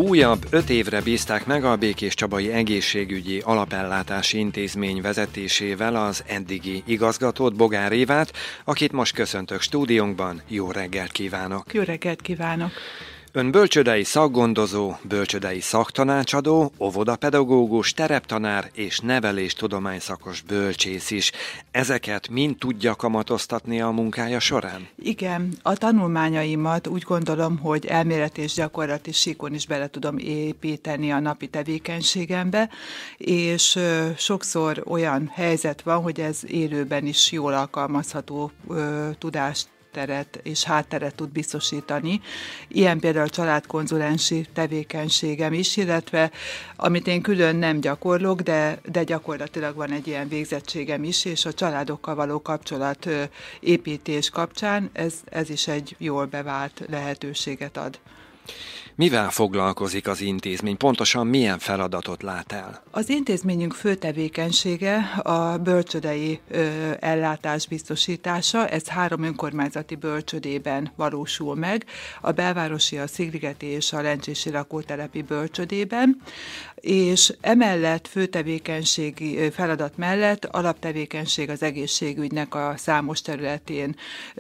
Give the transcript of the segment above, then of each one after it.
Újabb 5 évre bízták meg a Békéscsabai Egészségügyi Alapellátási Intézmény vezetésével az eddigi igazgatót, Bogár Évát, akit most köszöntök stúdiónkban. Jó reggelt kívánok! Jó reggelt kívánok! Ön bölcsődei szakgondozó, bölcsődei szaktanácsadó, óvodapedagógus, tereptanár és neveléstudományszakos bölcsész is. Ezeket mind tudja kamatoztatni a munkája során? Igen, a tanulmányaimat úgy gondolom, hogy elmélet és gyakorlati síkon is bele tudom építeni a napi tevékenységembe, és sokszor olyan helyzet van, hogy ez élőben is jól alkalmazható tudást teret és hátteret tud biztosítani. Ilyen például a családkonzulensi tevékenységem is, illetve amit én külön nem gyakorlok, de gyakorlatilag van egy ilyen végzettségem is, és a családokkal való kapcsolat építés kapcsán ez is egy jól bevált lehetőséget ad. Mivel foglalkozik az intézmény? Pontosan milyen feladatot lát el? Az intézményünk fő tevékenysége a bölcsődei ellátás biztosítása. Ez 3 önkormányzati bölcsődében valósul meg, a belvárosi, a Szigligeti és a Lencsési lakótelepi bölcsődében, és emellett főtevékenységi feladat mellett alaptevékenység az egészségügynek a számos területén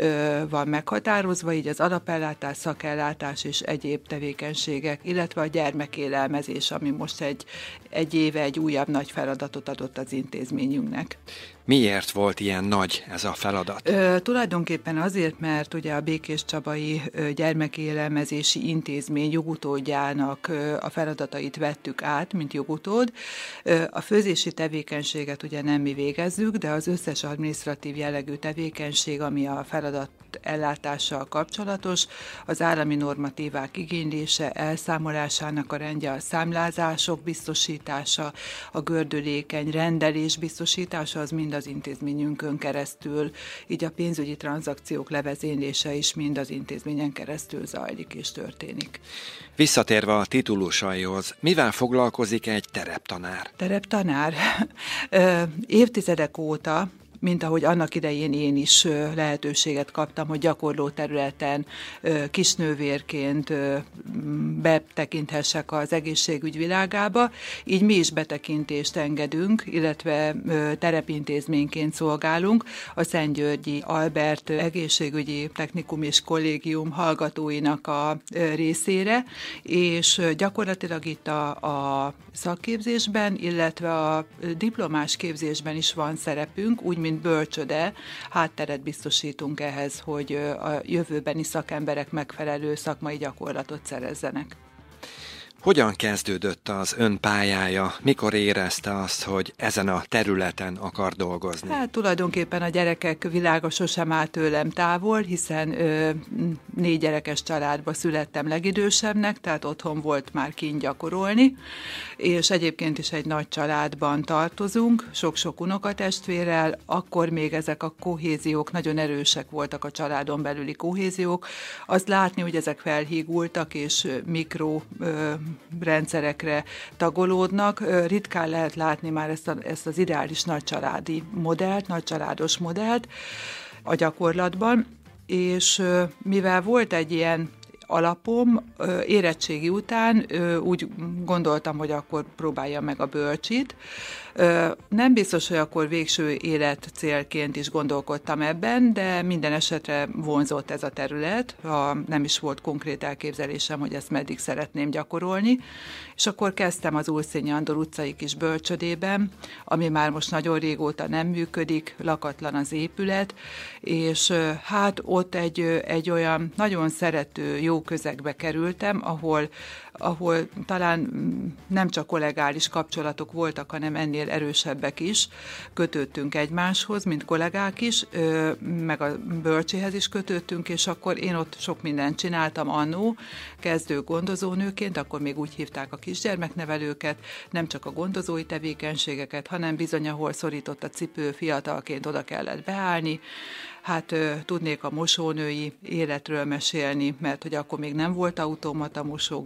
van meghatározva, így az alapellátás, szakellátás és egyéb tevékenységek, illetve a gyermekélelmezés, ami most egy éve egy újabb nagy feladatot adott az intézményünknek. Miért volt ilyen nagy ez a feladat? Tulajdonképpen azért, mert ugye a Békéscsabai Gyermekélelmezési Intézmény jogutódjának a feladatait vettük át, mint jogutód. A főzési tevékenységet ugye nem mi végezzük, de az összes adminisztratív jellegű tevékenység, ami a feladat ellátással kapcsolatos, az állami normatívák igénylése, elszámolásának a rendje, a számlázások biztosítása, a gördülékeny rendelés biztosítása, az mind az intézményünkön keresztül, így a pénzügyi tranzakciók levezénylése is mind az intézményen keresztül zajlik és történik. Visszatérve a titulusaihoz, mivel foglalkozik egy tereptanár? Tereptanár? Évtizedek óta, mint ahogy annak idején én is lehetőséget kaptam, hogy gyakorló területen kisnővérként betekinthessek az egészségügy világába. Így mi is betekintést engedünk, illetve terepintézményként szolgálunk a Szentgyörgyi Albert Egészségügyi Technikum és Kollégium hallgatóinak a részére, és gyakorlatilag itt a szakképzésben, illetve a diplomás képzésben is van szerepünk, úgy, mint bölcsöde, hátteret biztosítunk ehhez, hogy a jövőbeni szakemberek megfelelő szakmai gyakorlatot szerezzenek. Hogyan kezdődött az ön pályája? Mikor érezte azt, hogy ezen a területen akar dolgozni? Hát tulajdonképpen a gyerekek világa sosem áll tőlem távol, hiszen 4 gyerekes családba születtem legidősebbnek, tehát otthon volt már kint gyakorolni, és egyébként is egy nagy családban tartozunk, sok-sok unokatestvérrel, akkor még ezek a kohéziók nagyon erősek voltak, a családon belüli kohéziók. Azt látni, hogy ezek felhígultak, és rendszerekre tagolódnak. Ritkán lehet látni már ezt az ideális nagycsaládi modellt, nagycsaládos modellt a gyakorlatban, és mivel volt egy ilyen alapom, érettségi után úgy gondoltam, hogy akkor próbáljam meg a bölcsit. Nem biztos, hogy akkor végső életcélként is gondolkodtam ebben, de minden esetre vonzott ez a terület, ha nem is volt konkrét elképzelésem, hogy ezt meddig szeretném gyakorolni. És akkor kezdtem az Ulszényi Andor utcai kis bölcsödében, ami már most nagyon régóta nem működik, lakatlan az épület, és hát ott egy olyan nagyon szerető, jó közegbe kerültem, ahol talán nem csak kollegális kapcsolatok voltak, hanem ennél erősebbek is. Kötődtünk egymáshoz, mint kollégák is, meg a bölcséhez is kötődtünk, és akkor én ott sok mindent csináltam annó, kezdő gondozónőként, akkor még úgy hívták a kisgyermeknevelőket, nem csak a gondozói tevékenységeket, hanem bizony, ahol szorított a cipő, fiatalként oda kellett beállni. Hát tudnék a mosónői életről mesélni, mert hogy akkor még nem volt automata mosógép,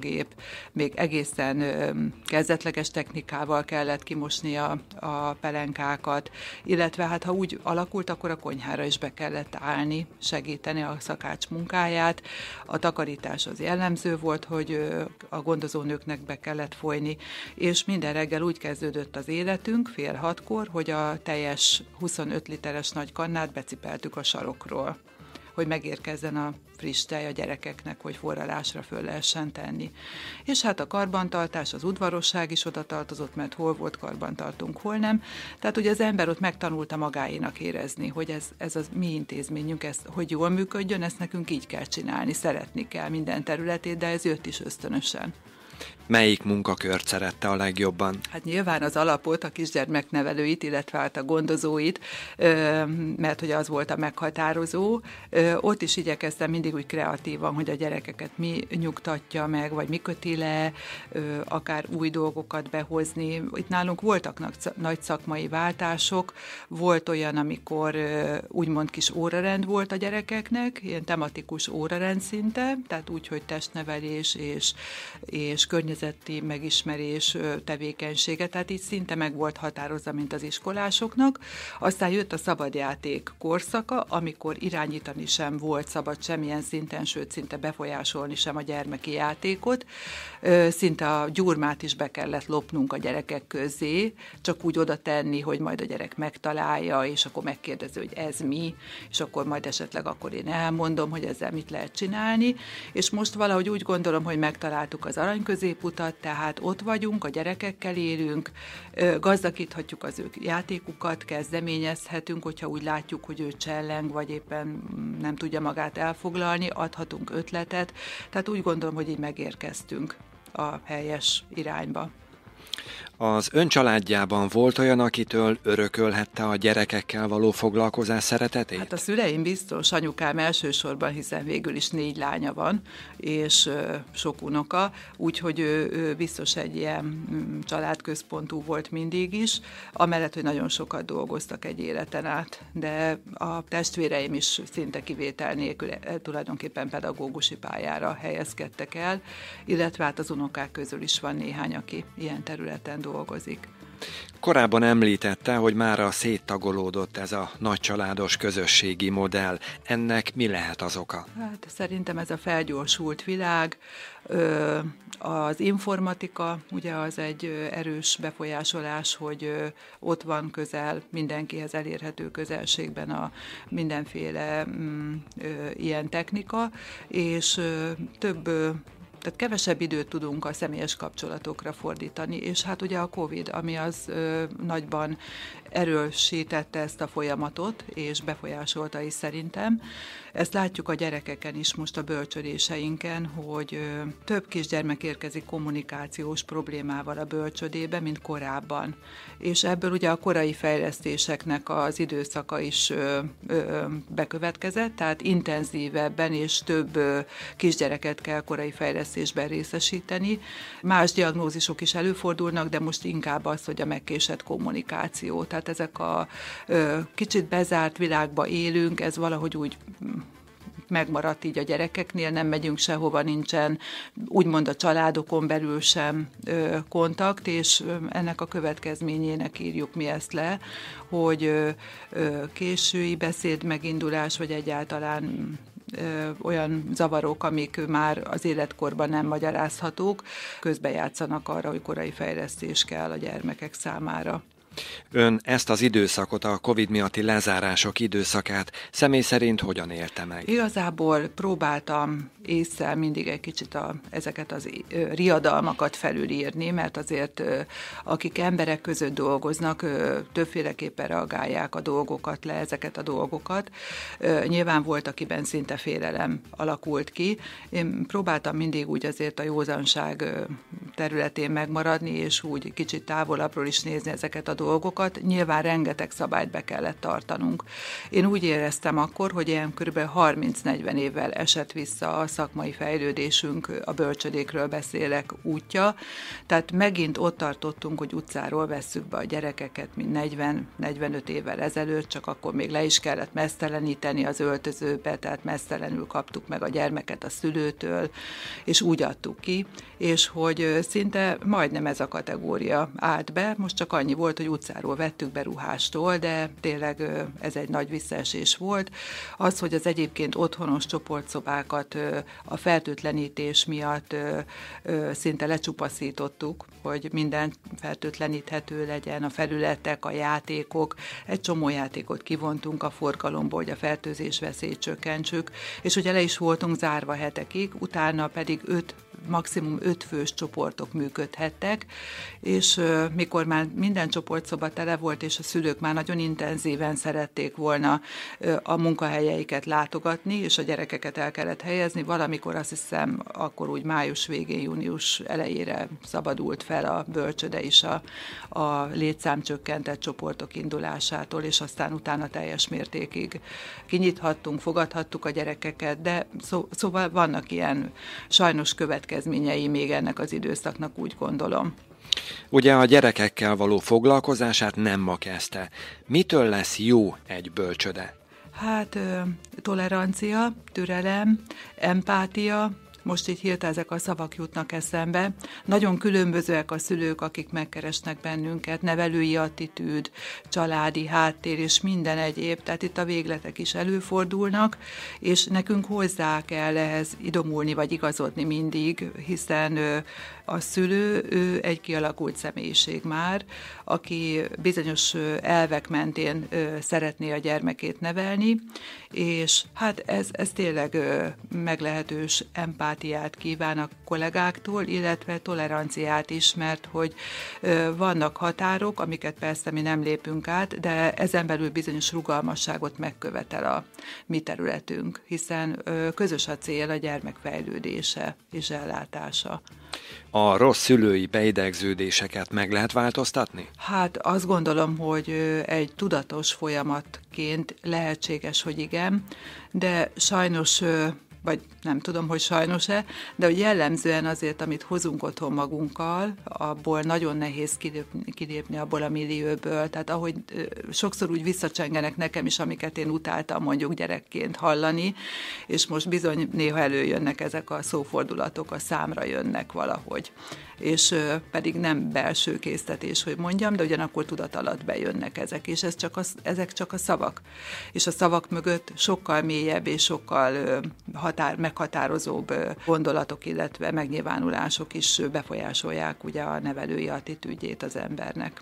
még egészen kezdetleges technikával kellett kimosni a pelenkákat, illetve hát ha úgy alakult, akkor a konyhára is be kellett állni, segíteni a szakács munkáját. A takarítás az jellemző volt, hogy a gondozónőknek be kellett folyni, és minden reggel úgy kezdődött az életünk, 5:30, hogy a teljes 25 literes nagy kannát becipeltük a sarokról, hogy megérkezzen a friss tej a gyerekeknek, hogy forralásra föl lehessen tenni. És hát a karbantartás, az udvarosság is oda tartozott, mert hol volt karbantartunk, hol nem. Tehát ugye az ember ott megtanulta magáénak érezni, hogy ez az mi intézményünk, ez, hogy jól működjön, ezt nekünk így kell csinálni, szeretni kell minden területét, de ez jött is ösztönösen. Melyik munkakört szerette a legjobban? Hát nyilván az alapot, a kisgyermeknevelőit, illetve hát a gondozóit, mert hogy az volt a meghatározó. Ott is igyekeztem mindig úgy kreatívan, hogy a gyerekeket mi nyugtatja meg, vagy mi köti le, akár új dolgokat behozni. Itt nálunk voltak nagy szakmai váltások, volt olyan, amikor úgymond kis órarend volt a gyerekeknek, ilyen tematikus órarend szinte, tehát úgy, hogy testnevelés és környezeti megismerés tevékenysége, tehát így szinte meg volt határozva, mint az iskolásoknak. Aztán jött a szabadjáték korszaka, amikor irányítani sem volt szabad semmilyen szinten, sőt, szinte befolyásolni sem a gyermeki játékot. Szinte a gyurmát is be kellett lopnunk a gyerekek közé, csak úgy oda tenni, hogy majd a gyerek megtalálja, és akkor megkérdezi, hogy ez mi, és akkor majd esetleg akkor én elmondom, hogy ezzel mit lehet csinálni. És most valahogy úgy gondolom, hogy megtaláltuk az aranyközéputat, tehát ott vagyunk, a gyerekekkel élünk, gazdagíthatjuk az ő játékukat, kezdeményezhetünk, hogyha úgy látjuk, hogy ő cselleng, vagy éppen nem tudja magát elfoglalni, adhatunk ötletet, tehát úgy gondolom, hogy így megérkeztünk a helyes irányba. Az ön családjában volt olyan, akitől örökölhette a gyerekekkel való foglalkozás szeretetét? Hát a szüleim biztos, anyukám elsősorban, hiszen végül is 4 lánya van, és sok unoka, úgyhogy ő biztos egy ilyen családközpontú volt mindig is, amellett, hogy nagyon sokat dolgoztak egy életen át, de a testvéreim is szinte kivétel nélkül tulajdonképpen pedagógusi pályára helyezkedtek el, illetve hát az unokák közül is van néhány, aki ilyen területen dolgozik. Korábban említette, hogy mára széttagolódott ez a nagycsaládos közösségi modell. Ennek mi lehet az oka? Hát szerintem ez a felgyorsult világ, az informatika, ugye az egy erős befolyásolás, hogy ott van közel, mindenkihez elérhető közelségben a mindenféle ilyen technika, és tehát kevesebb időt tudunk a személyes kapcsolatokra fordítani, és hát ugye a Covid, ami az nagyban erősítette ezt a folyamatot, és befolyásolta is szerintem. Ezt látjuk a gyerekeken is most a bölcsödéseinken, hogy több kisgyermek érkezik kommunikációs problémával a bölcsödébe, mint korábban. És ebből ugye a korai fejlesztéseknek az időszaka is bekövetkezett, tehát intenzívebben és több kisgyereket kell korai fejlesztésben részesíteni. Más diagnózisok is előfordulnak, de most inkább az, hogy a megkésett kommunikáció. Tehát ezek a kicsit bezárt világba élünk, ez valahogy úgy megmaradt így a gyerekeknél, nem megyünk sehova, nincsen úgymond a családokon belül sem kontakt, és ennek a következményének írjuk mi ezt le, hogy késői beszéd megindulás, vagy egyáltalán olyan zavarok, amik már az életkorban nem magyarázhatók, közbejátszanak arra, hogy korai fejlesztés kell a gyermekek számára. Ön ezt az időszakot, a Covid miatti lezárások időszakát személy szerint hogyan élte meg? Igazából próbáltam ésszel mindig egy kicsit ezeket az riadalmakat felülírni, mert azért akik emberek között dolgoznak, többféleképpen reagálják a dolgokat le, ezeket a dolgokat. Nyilván volt, akiben szinte félelem alakult ki. Én próbáltam mindig úgy azért a józanság területén megmaradni, és úgy kicsit távolabbról is nézni ezeket a dolgokat, dolgokat, nyilván rengeteg szabályt be kellett tartanunk. Én úgy éreztem akkor, hogy ilyen kb. 30-40 évvel esett vissza a szakmai fejlődésünk, a bölcsödékről beszélek, útja, tehát megint ott tartottunk, hogy utcáról vesszük be a gyerekeket, mint 40-45 évvel ezelőtt, csak akkor még le is kellett mezteleníteni az öltözőbe, tehát meztelenül kaptuk meg a gyermeket a szülőtől, és úgy adtuk ki, és hogy szinte majdnem ez a kategória állt be, most csak annyi volt, hogy utcáról vettük be ruhástól, de tényleg ez egy nagy visszaesés volt. Az, hogy az egyébként otthonos csoportszobákat a fertőtlenítés miatt szinte lecsupaszítottuk, hogy minden fertőtleníthető legyen, a felületek, a játékok, egy csomó játékot kivontunk a forgalomból, hogy a fertőzés veszélyt csökkentsük, és ugye le is voltunk zárva hetekig, utána pedig maximum 5 fős csoportok működhettek, és mikor már minden csoportszoba tele volt, és a szülők már nagyon intenzíven szerették volna a munkahelyeiket látogatni, és a gyerekeket el kellett helyezni, valamikor azt hiszem, akkor úgy május végén, június elejére szabadult fel a bölcsöde is a létszámcsökkentett csoportok indulásától, és aztán utána teljes mértékig kinyithattunk, fogadhattuk a gyerekeket, de szóval vannak ilyen sajnos következményei még ennek az időszaknak, úgy gondolom. Ugye a gyerekekkel való foglalkozását nem ma kezdte. Mitől lesz jó egy bölcsöde? Hát tolerancia, türelem, empátia, most így hirtelen ezek a szavak jutnak eszembe. Nagyon különbözőek a szülők, akik megkeresnek bennünket, nevelői attitűd, családi háttér és minden egyéb, tehát itt a végletek is előfordulnak, és nekünk hozzá kell ehhez idomulni vagy igazodni mindig, hiszen a szülő, ő egy kialakult személyiség már, aki bizonyos elvek mentén szeretné a gyermekét nevelni, és hát ez tényleg meglehetős empátiát kíván a kollégáktól, illetve toleranciát is, mert hogy vannak határok, amiket persze mi nem lépünk át, de ezen belül bizonyos rugalmasságot megkövetel a mi területünk, hiszen közös a cél a gyermek fejlődése és ellátása. A rossz szülői beidegződéseket meg lehet változtatni? Hát azt gondolom, hogy egy tudatos folyamatként lehetséges, hogy igen, de sajnos, vagy nem tudom, hogy sajnos-e, de hogy jellemzően azért, amit hozunk otthon magunkkal, abból nagyon nehéz kilépni abból a millióból. Tehát ahogy sokszor úgy visszacsengenek nekem is, amiket én utáltam mondjuk gyerekként hallani, és most bizony néha előjönnek ezek a szófordulatok, a számra jönnek valahogy. És pedig nem belső késztetés, hogy mondjam, de ugyanakkor tudat alatt bejönnek ezek, és ezek csak a szavak. És a szavak mögött sokkal mélyebb és sokkal meghatározóbb gondolatok, illetve megnyilvánulások is befolyásolják ugye a nevelői attitűdjét az embernek.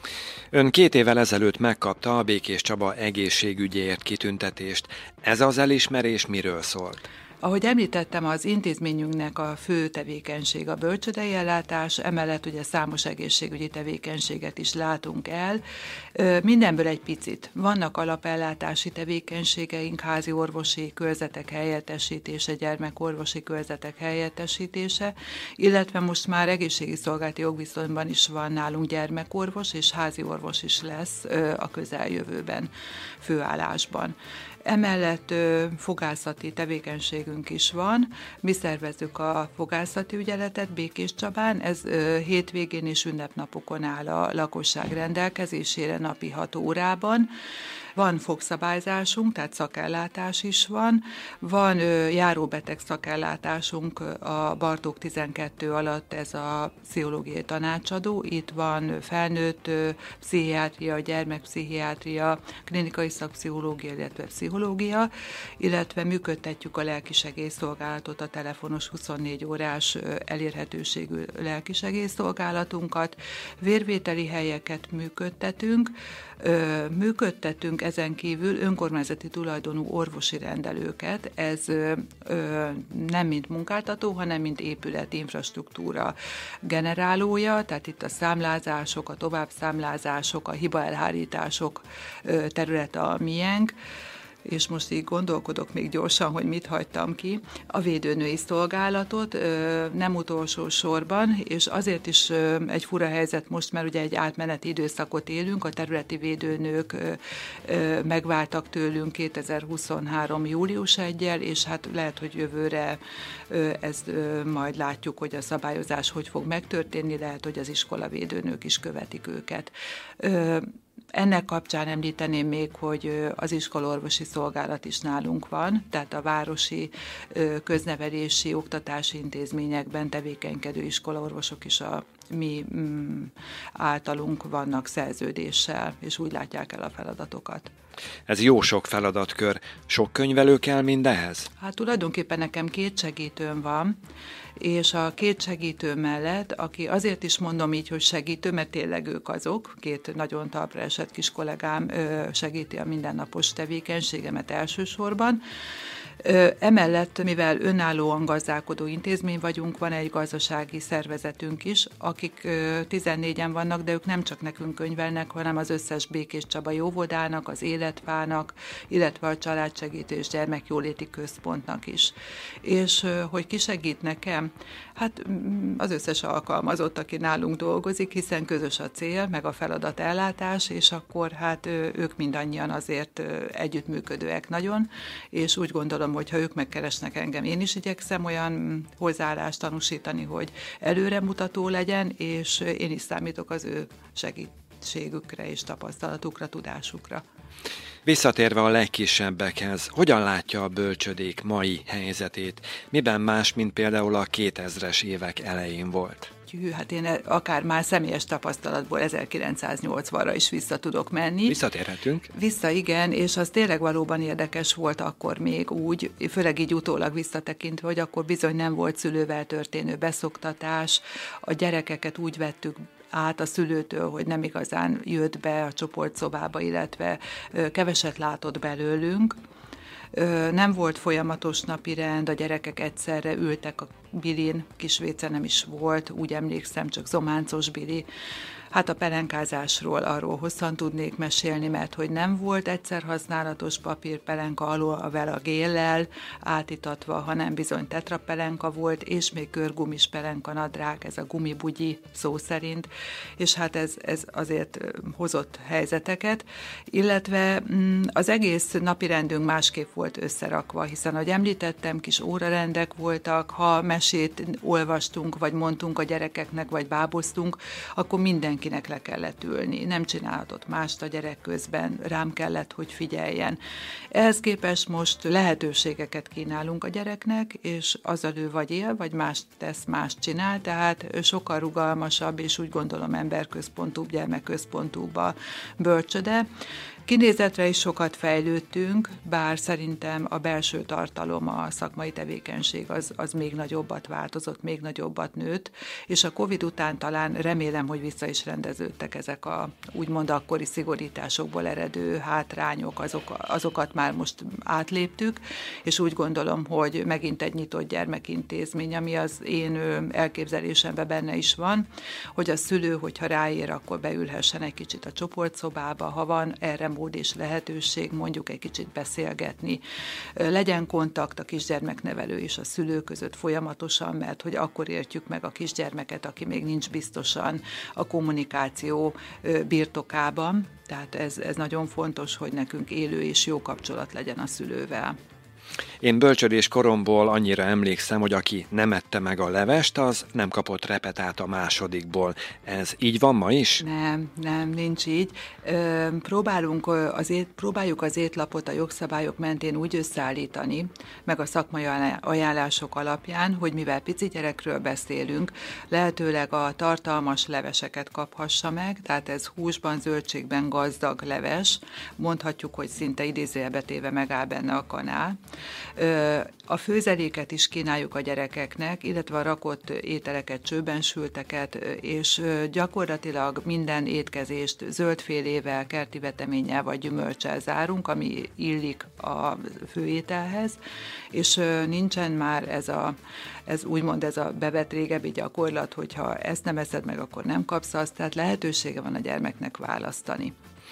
Ön 2 évvel ezelőtt megkapta a Békés Csaba egészségügyéért kitüntetést. Ez az elismerés miről szólt? Ahogy említettem, az intézményünknek a fő tevékenység a bölcsődei ellátás, emellett ugye számos egészségügyi tevékenységet is látunk el. Mindenből egy picit. Vannak alapellátási tevékenységeink, házi orvosi körzetek helyettesítése, gyermekorvosi körzetek helyettesítése, illetve most már egészségi szolgálati jogviszonyban is van nálunk gyermekorvos, és házi orvos is lesz a közeljövőben főállásban. Emellett fogászati tevékenységünk is van. Mi szervezzük a fogászati ügyeletet Békés Csabán, ez hétvégén és ünnepnapokon áll a lakosság rendelkezésére napi 6 órában. Van fogszabályzásunk, tehát szakellátás is van járóbeteg szakellátásunk a Bartók 12 alatt, ez a pszichológiai tanácsadó, itt van felnőtt pszichiátria, gyermekpszichiátria, klinikai szakpszichológia, illetve pszichológia, illetve működtetjük a lelkisegélyszolgálatot, a telefonos 24 órás elérhetőségű lelkisegélyszolgálatunkat, vérvételi helyeket működtetünk ezen kívül önkormányzati tulajdonú orvosi rendelőket, ez nem mint munkáltató, hanem mint épület infrastruktúra generálója, tehát itt a számlázások, a továbbszámlázások, a hibaelhárítások területe a miénk, és most így gondolkodok még gyorsan, hogy mit hagytam ki, a védőnői szolgálatot, nem utolsó sorban, és azért is egy fura helyzet most, mert ugye egy átmeneti időszakot élünk, a területi védőnők megváltak tőlünk 2023. július 1-jel, és hát lehet, hogy jövőre ezt majd látjuk, hogy a szabályozás hogy fog megtörténni, lehet, hogy az iskolavédőnők is követik őket. Ennek kapcsán említeném még, hogy az iskolaorvosi szolgálat is nálunk van, tehát a városi köznevelési, oktatási intézményekben tevékenykedő iskolaorvosok is a mi általunk vannak szerződéssel, és úgy látják el a feladatokat. Ez jó sok feladatkör. Sok könyvelő kell mindehez? Hát tulajdonképpen nekem 2 segítőm van, és a 2 segítő mellett, aki azért is mondom így, hogy segítő, mert tényleg ők azok, 2 nagyon talpra esett kis kollégám segíti a mindennapos tevékenységemet elsősorban. Emellett, mivel önállóan gazdálkodó intézmény vagyunk, van egy gazdasági szervezetünk is, akik 14-en vannak, de ők nem csak nekünk könyvelnek, hanem az összes Békés Csabai óvodának, az Életfának, illetve a Családsegítő és Gyermekjóléti Központnak is. És hogy ki segít nekem? Hát az összes alkalmazott, aki nálunk dolgozik, hiszen közös a cél, meg a feladat ellátás, és akkor hát ők mindannyian azért együttműködőek nagyon, és úgy gondolom, hogy ha ők megkeresnek engem, én is igyekszem olyan hozzáállást tanúsítani, hogy előremutató legyen, és én is számítok az ő segítségükre és tapasztalatukra, tudásukra. Visszatérve a legkisebbekhez, hogyan látja a bölcsödék mai helyzetét? Miben más, mint például a 2000-es évek elején volt? Hát én akár már személyes tapasztalatból 1980-ra is vissza tudok menni. Visszatérhetünk. Vissza, igen, és az tényleg valóban érdekes volt akkor még úgy, főleg így utólag visszatekintve, hogy akkor bizony nem volt szülővel történő beszoktatás, a gyerekeket úgy vettük át a szülőtől, hogy nem igazán jött be a csoportszobába, illetve keveset látott belőlünk. Nem volt folyamatos napirend, a gyerekek egyszerre ültek a bilin, kisvéce nem is volt, úgy emlékszem, csak zománcos bili. Hát a pelenkázásról arról hosszan tudnék mesélni, mert hogy nem volt egyszer használatos papírpelenka alól a géllel átítatva, hanem bizony tetrapelenka volt, és még körgumis pelenka nadrág, ez a gumibugyi szó szerint, és hát ez azért hozott helyzeteket, illetve az egész napirendünk másképp volt összerakva, hiszen, ahogy említettem, kis órarendek voltak, ha mesét olvastunk, vagy mondtunk a gyerekeknek, vagy báboztunk, akkor mindenkinek le kellett ülni. Nem csinálhatott mást a gyerek közben, rám kellett, hogy figyeljen. Ehhez képest most lehetőségeket kínálunk a gyereknek, és azzal ő vagy él, vagy mást tesz, mást csinál, tehát sokkal rugalmasabb, és úgy gondolom emberközpontúbb, gyermekközpontúbb a bölcsöde. Kinézetre is sokat fejlődtünk, bár szerintem a belső tartalom, a szakmai tevékenység az még nagyobbat változott, még nagyobbat nőtt, és a Covid után talán remélem, hogy vissza is rendeződtek ezek a úgymond akkori szigorításokból eredő hátrányok, azokat már most átléptük, és úgy gondolom, hogy megint egy nyitott gyermekintézmény, ami az én elképzelésemben benne is van, hogy a szülő, hogyha ráér, akkor beülhessen egy kicsit a csoportszobába, ha van erre mód és lehetőség, mondjuk egy kicsit beszélgetni. Legyen kontakt a kisgyermeknevelő és a szülő között folyamatosan, mert hogy akkor értjük meg a kisgyermeket, aki még nincs biztosan a kommunikáció birtokában. Tehát ez nagyon fontos, hogy nekünk élő és jó kapcsolat legyen a szülővel. Én bölcsödés koromból annyira emlékszem, hogy aki nem ette meg a levest, az nem kapott repetát a másodikból. Ez így van ma is? Nem, nincs így. Próbáljuk az étlapot a jogszabályok mentén úgy összeállítani, meg a szakmai ajánlások alapján, hogy mivel pici gyerekről beszélünk, lehetőleg a tartalmas leveseket kaphassa meg, tehát ez húsban, zöldségben gazdag leves, mondhatjuk, hogy szinte idézőjelbe téve megáll benne a kanál. A főzeléket is kínáljuk a gyerekeknek, illetve a rakott ételeket, csőben sülteket, és gyakorlatilag minden étkezést zöldfélével, kerti veteménnyel vagy gyümölccsel zárunk, ami illik a főételhez, és nincsen már ez úgymond ez a bevett régebbi gyakorlat, hogyha ezt nem eszed meg, akkor nem kapsz azt, tehát lehetősége van a gyermeknek választani.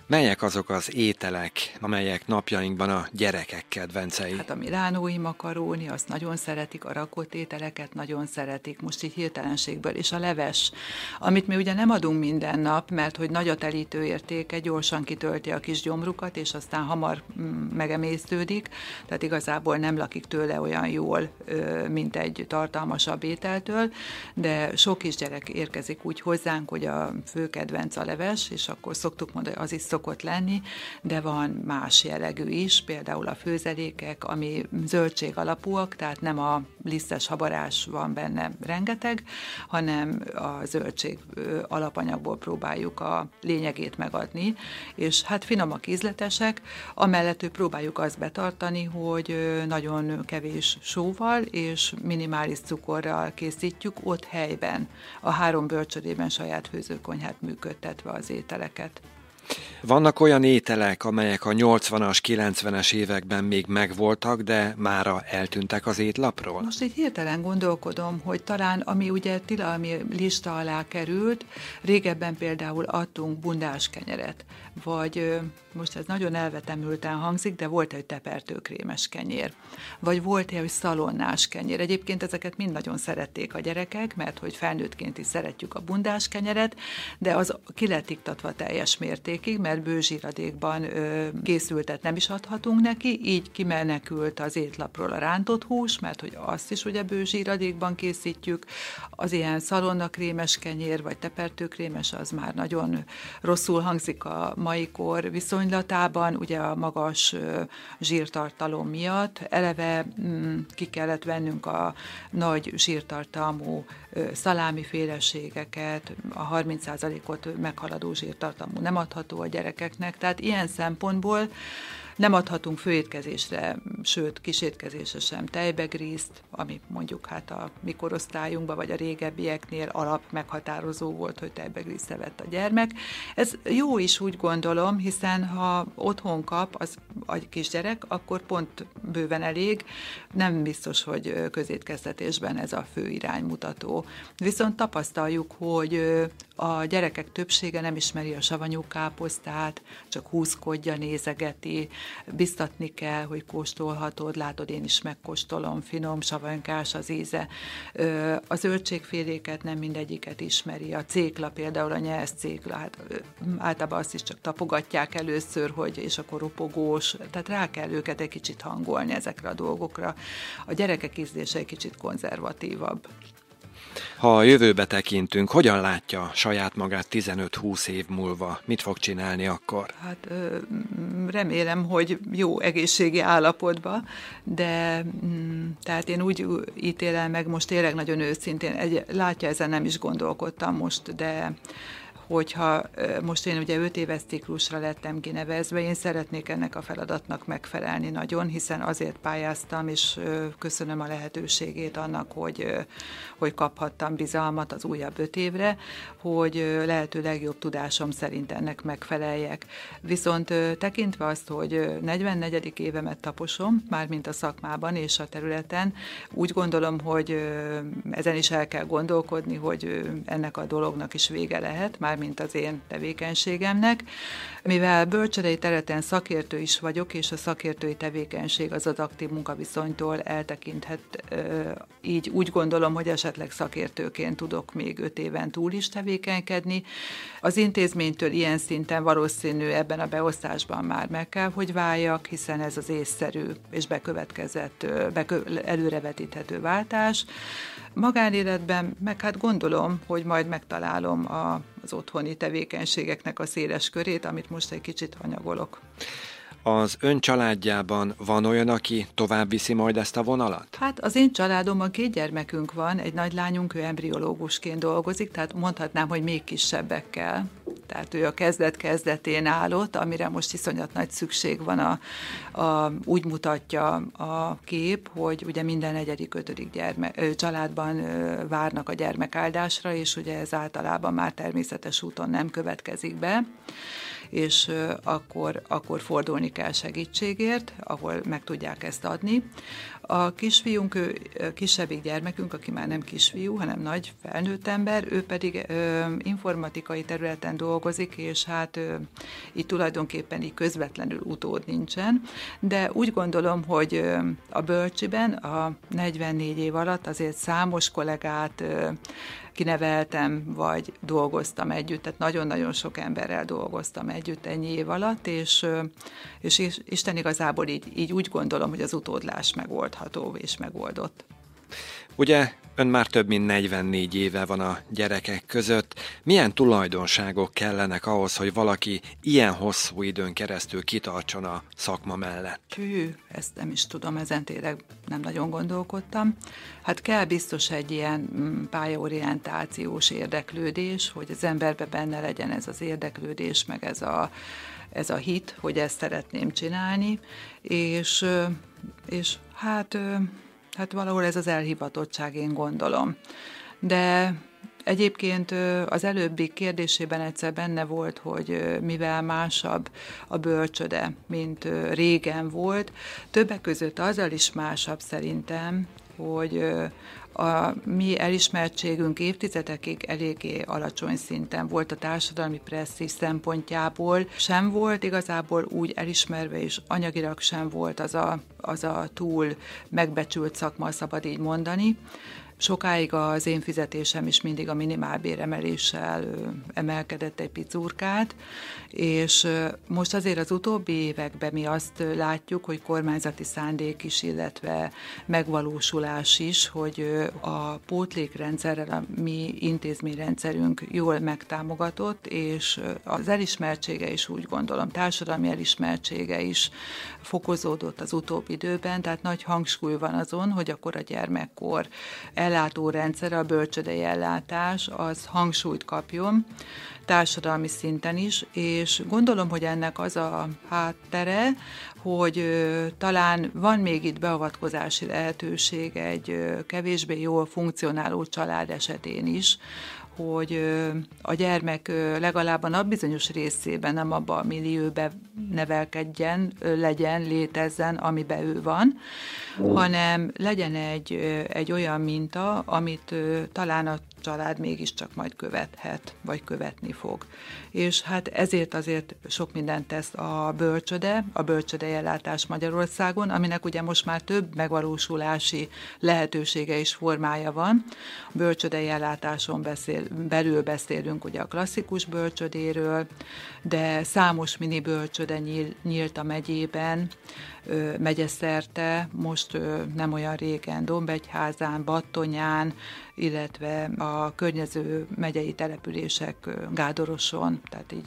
Melyek azok az ételek, amelyek napjainkban a gyerekek kedvencei? Hát a milánói makaróni, azt nagyon szeretik, a rakott ételeket nagyon szeretik, most így hirtelenségből, és a leves, amit mi ugye nem adunk minden nap, mert hogy nagy a telítő értéke, gyorsan kitölti a kis gyomrukat, és aztán hamar megemésztődik, tehát igazából nem lakik tőle olyan jól, mint egy tartalmasabb ételtől, de sok kisgyerek érkezik úgy hozzánk, hogy a fő kedvenc a leves, és akkor szoktuk mondani, az is szokott lenni, de van más jellegű is, például a főzelékek, ami zöldség alapúak, tehát nem a lisztes habarás van benne rengeteg, hanem a zöldség alapanyagból próbáljuk a lényegét megadni, és hát finomak, ízletesek, amellett próbáljuk azt betartani, hogy nagyon kevés sóval és minimális cukorral készítjük ott helyben, a 3 bölcsődében saját főzőkonyhát működtetve az ételeket. Vannak olyan ételek, amelyek a 80-as, 90-es években még megvoltak, de mára eltűntek az étlapról? Most így hirtelen gondolkodom, hogy talán ami ugye tilalmi lista alá került, régebben például adtunk bundás kenyeret, vagy most ez nagyon elvetemülten hangzik, de volt egy tepertőkrémes kenyér, vagy volt egy szalonnás kenyér. Egyébként ezeket mind nagyon szerették a gyerekek, mert hogy felnőttként is szeretjük a bundás kenyeret, de az ki lett iktatva teljes mértékig, mert bőzsíradékban készültet nem is adhatunk neki, így kimenekült az étlapról a rántott hús, mert hogy azt is ugye bőzsíradékban készítjük, az ilyen szalonnakrémes kenyér, vagy tepertőkrémes, az már nagyon rosszul hangzik a mai kor viszonylatában, ugye a magas zsírtartalom miatt. Eleve ki kellett vennünk a nagy zsírtartalmú szalámiféleségeket, a 30%-ot meghaladó zsírtartalmú nem adható a gyerekeknek, tehát ilyen szempontból nem adhatunk főétkezésre, sőt kisétkezésre sem tejbegrízt, ami mondjuk hát a mi korosztályunkban, vagy a régebbieknél alap meghatározó volt, hogy tejbegrízt vett a gyermek. Ez jó is, úgy gondolom, hiszen ha otthon kap az a kisgyerek, akkor pont bőven elég, nem biztos, hogy közétkeztetésben ez a fő iránymutató. Viszont tapasztaljuk, hogy a gyerekek többsége nem ismeri a savanyú káposztát, csak húzkodja, nézegeti, biztatni kell, hogy kóstolhatod, látod, én is megkóstolom, finom, savanykás az íze. A zöldségféléket nem mindegyiket ismeri, a cékla, például a nyers cékla, hát általában azt is csak tapogatják először, hogy és akkor ropogós, tehát rá kell őket egy kicsit hangolni ezekre a dolgokra. A gyerekek ízlése egy kicsit konzervatívabb. Ha a jövőbe tekintünk, hogyan látja saját magát 15-20 év múlva? Mit fog csinálni akkor? Hát remélem, hogy jó egészségi állapotban, de tehát én úgy ítélem meg, most tényleg nagyon őszintén, látja, ezen nem is gondolkodtam most, de hogyha most én ugye 5 éves ciklusra lettem kinevezve, én szeretnék ennek a feladatnak megfelelni nagyon, hiszen azért pályáztam, és köszönöm a lehetőségét annak, hogy kaphattam bizalmat az újabb 5 évre, hogy lehető legjobb tudásom szerint ennek megfeleljek. Viszont tekintve azt, hogy 44. évemet taposom, mármint a szakmában és a területen, úgy gondolom, hogy ezen is el kell gondolkodni, hogy ennek a dolognak is vége lehet, mármint az én tevékenységemnek. Mivel bölcsődei területen szakértő is vagyok, és a szakértői tevékenység az aktív munkaviszonytól eltekinthet, így úgy gondolom, hogy esetleg szakértőként tudok még 5 éven túl is tevékenykedni. Az intézménytől ilyen szinten valószínű ebben a beosztásban már meg kell, hogy váljak, hiszen ez az észszerű és bekövetkezett, előrevetíthető váltás. Magánéletben meg hát gondolom, hogy majd megtalálom az otthoni tevékenységeknek a széles körét, amit most egy kicsit hanyagolok. Az ön családjában van olyan, aki tovább viszi majd ezt a vonalat? Hát az én családomban 2 gyermekünk van, egy nagylányunk, ő embriológusként dolgozik, tehát mondhatnám, hogy még kisebbekkel. Tehát ő a kezdet-kezdetén állott, amire most iszonyat nagy szükség van, úgy mutatja a kép, hogy ugye minden 4., 5. Családban várnak a gyermekáldásra, és ugye ez általában már természetes úton nem következik be. és akkor fordulni kell segítségért, ahol meg tudják ezt adni. A kisfiunk, kisebbik gyermekünk, aki már nem kisfiú, hanem nagy felnőtt ember, ő pedig informatikai területen dolgozik, és hát így tulajdonképpen így közvetlenül utód nincsen, de úgy gondolom, hogy a bölcsiben a 44 év alatt azért számos kollégát kineveltem, vagy dolgoztam együtt, tehát nagyon-nagyon sok emberrel dolgoztam együtt ennyi év alatt, és Isten igazából így úgy gondolom, hogy az utódlás megoldható és megoldott. Ugye ön már több mint 44 éve van a gyerekek között. Milyen tulajdonságok kellenek ahhoz, hogy valaki ilyen hosszú időn keresztül kitartson a szakma mellett? Ezt nem is tudom, ezen tényleg nem nagyon gondolkodtam. Hát kell biztos egy ilyen pályaorientációs érdeklődés, hogy az emberben benne legyen ez az érdeklődés, meg ez a hit, hogy ezt szeretném csinálni, és hát valahol ez az elhivatottság, én gondolom. De egyébként az előbbi kérdésében egyszer benne volt, hogy mivel másabb a bölcsöde, mint régen volt. Többek között azzal is másabb szerintem, hogy a mi elismertségünk évtizedekig eléggé alacsony szinten volt a társadalmi presztízs szempontjából. Sem volt igazából úgy elismerve, és anyagilag sem volt az a túl megbecsült szakma, szabad így mondani. Sokáig az én fizetésem is mindig a minimálbéremeléssel emelkedett egy picurkát, és most azért az utóbbi években mi azt látjuk, hogy kormányzati szándék is, illetve megvalósulás is, hogy a pótlékrendszerrel a mi intézményrendszerünk jól megtámogatott, és az elismertsége is, úgy gondolom, társadalmi elismertsége is fokozódott az utóbbi időben, tehát nagy hangsúly van azon, hogy akkor a gyermekkor ellátórendszer, a bölcsődei ellátás, az hangsúlyt kapjon társadalmi szinten is, és gondolom, hogy ennek az a háttere, hogy talán van még itt beavatkozási lehetőség egy kevésbé jól funkcionáló család esetén is, hogy a gyermek legalább a nap bizonyos részében nem abban a millióben nevelkedjen, létezzen, amiben ő van, hanem legyen egy olyan minta, amit talán a család mégiscsak majd követhet, vagy követni fog. És hát ezért azért sok mindent tesz a bölcsödei ellátás Magyarországon, aminek ugye most már több megvalósulási lehetősége és formája van. A bölcsödei ellátáson belül beszélünk ugye a klasszikus bölcsödéről, de számos mini bölcsöde nyílt a megyében, megyeszerte, most nem olyan régen Dombegyházán, Battonyán, illetve a környező megyei települések Gádoroson, tehát így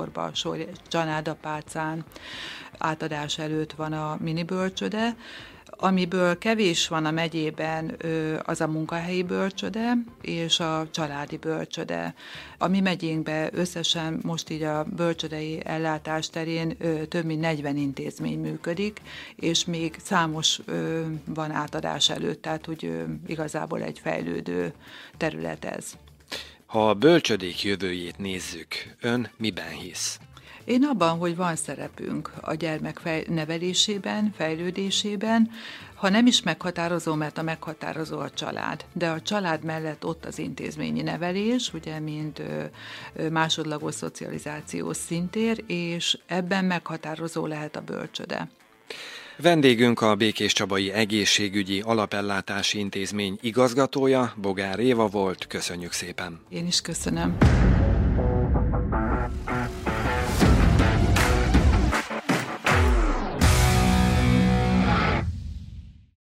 Csanádapácán átadás előtt van a mini bölcsöde. Amiből kevés van a megyében, az a munkahelyi bölcsöde és a családi bölcsöde. A mi megyénkben összesen most így a bölcsödei ellátás terén több mint 40 intézmény működik, és még számos van átadás előtt, tehát úgy igazából egy fejlődő terület ez. Ha a bölcsödék jövőjét nézzük, ön miben hisz? Én abban, hogy van szerepünk a gyermek nevelésében, fejlődésében, ha nem is meghatározó, mert a meghatározó a család, de a család mellett ott az intézményi nevelés, ugye, mint másodlagos szocializációs szintér, és ebben meghatározó lehet a bölcsöde. Vendégünk a Békéscsabai Egészségügyi Alapellátási Intézmény igazgatója, Bogár Éva volt. Köszönjük szépen! Én is köszönöm!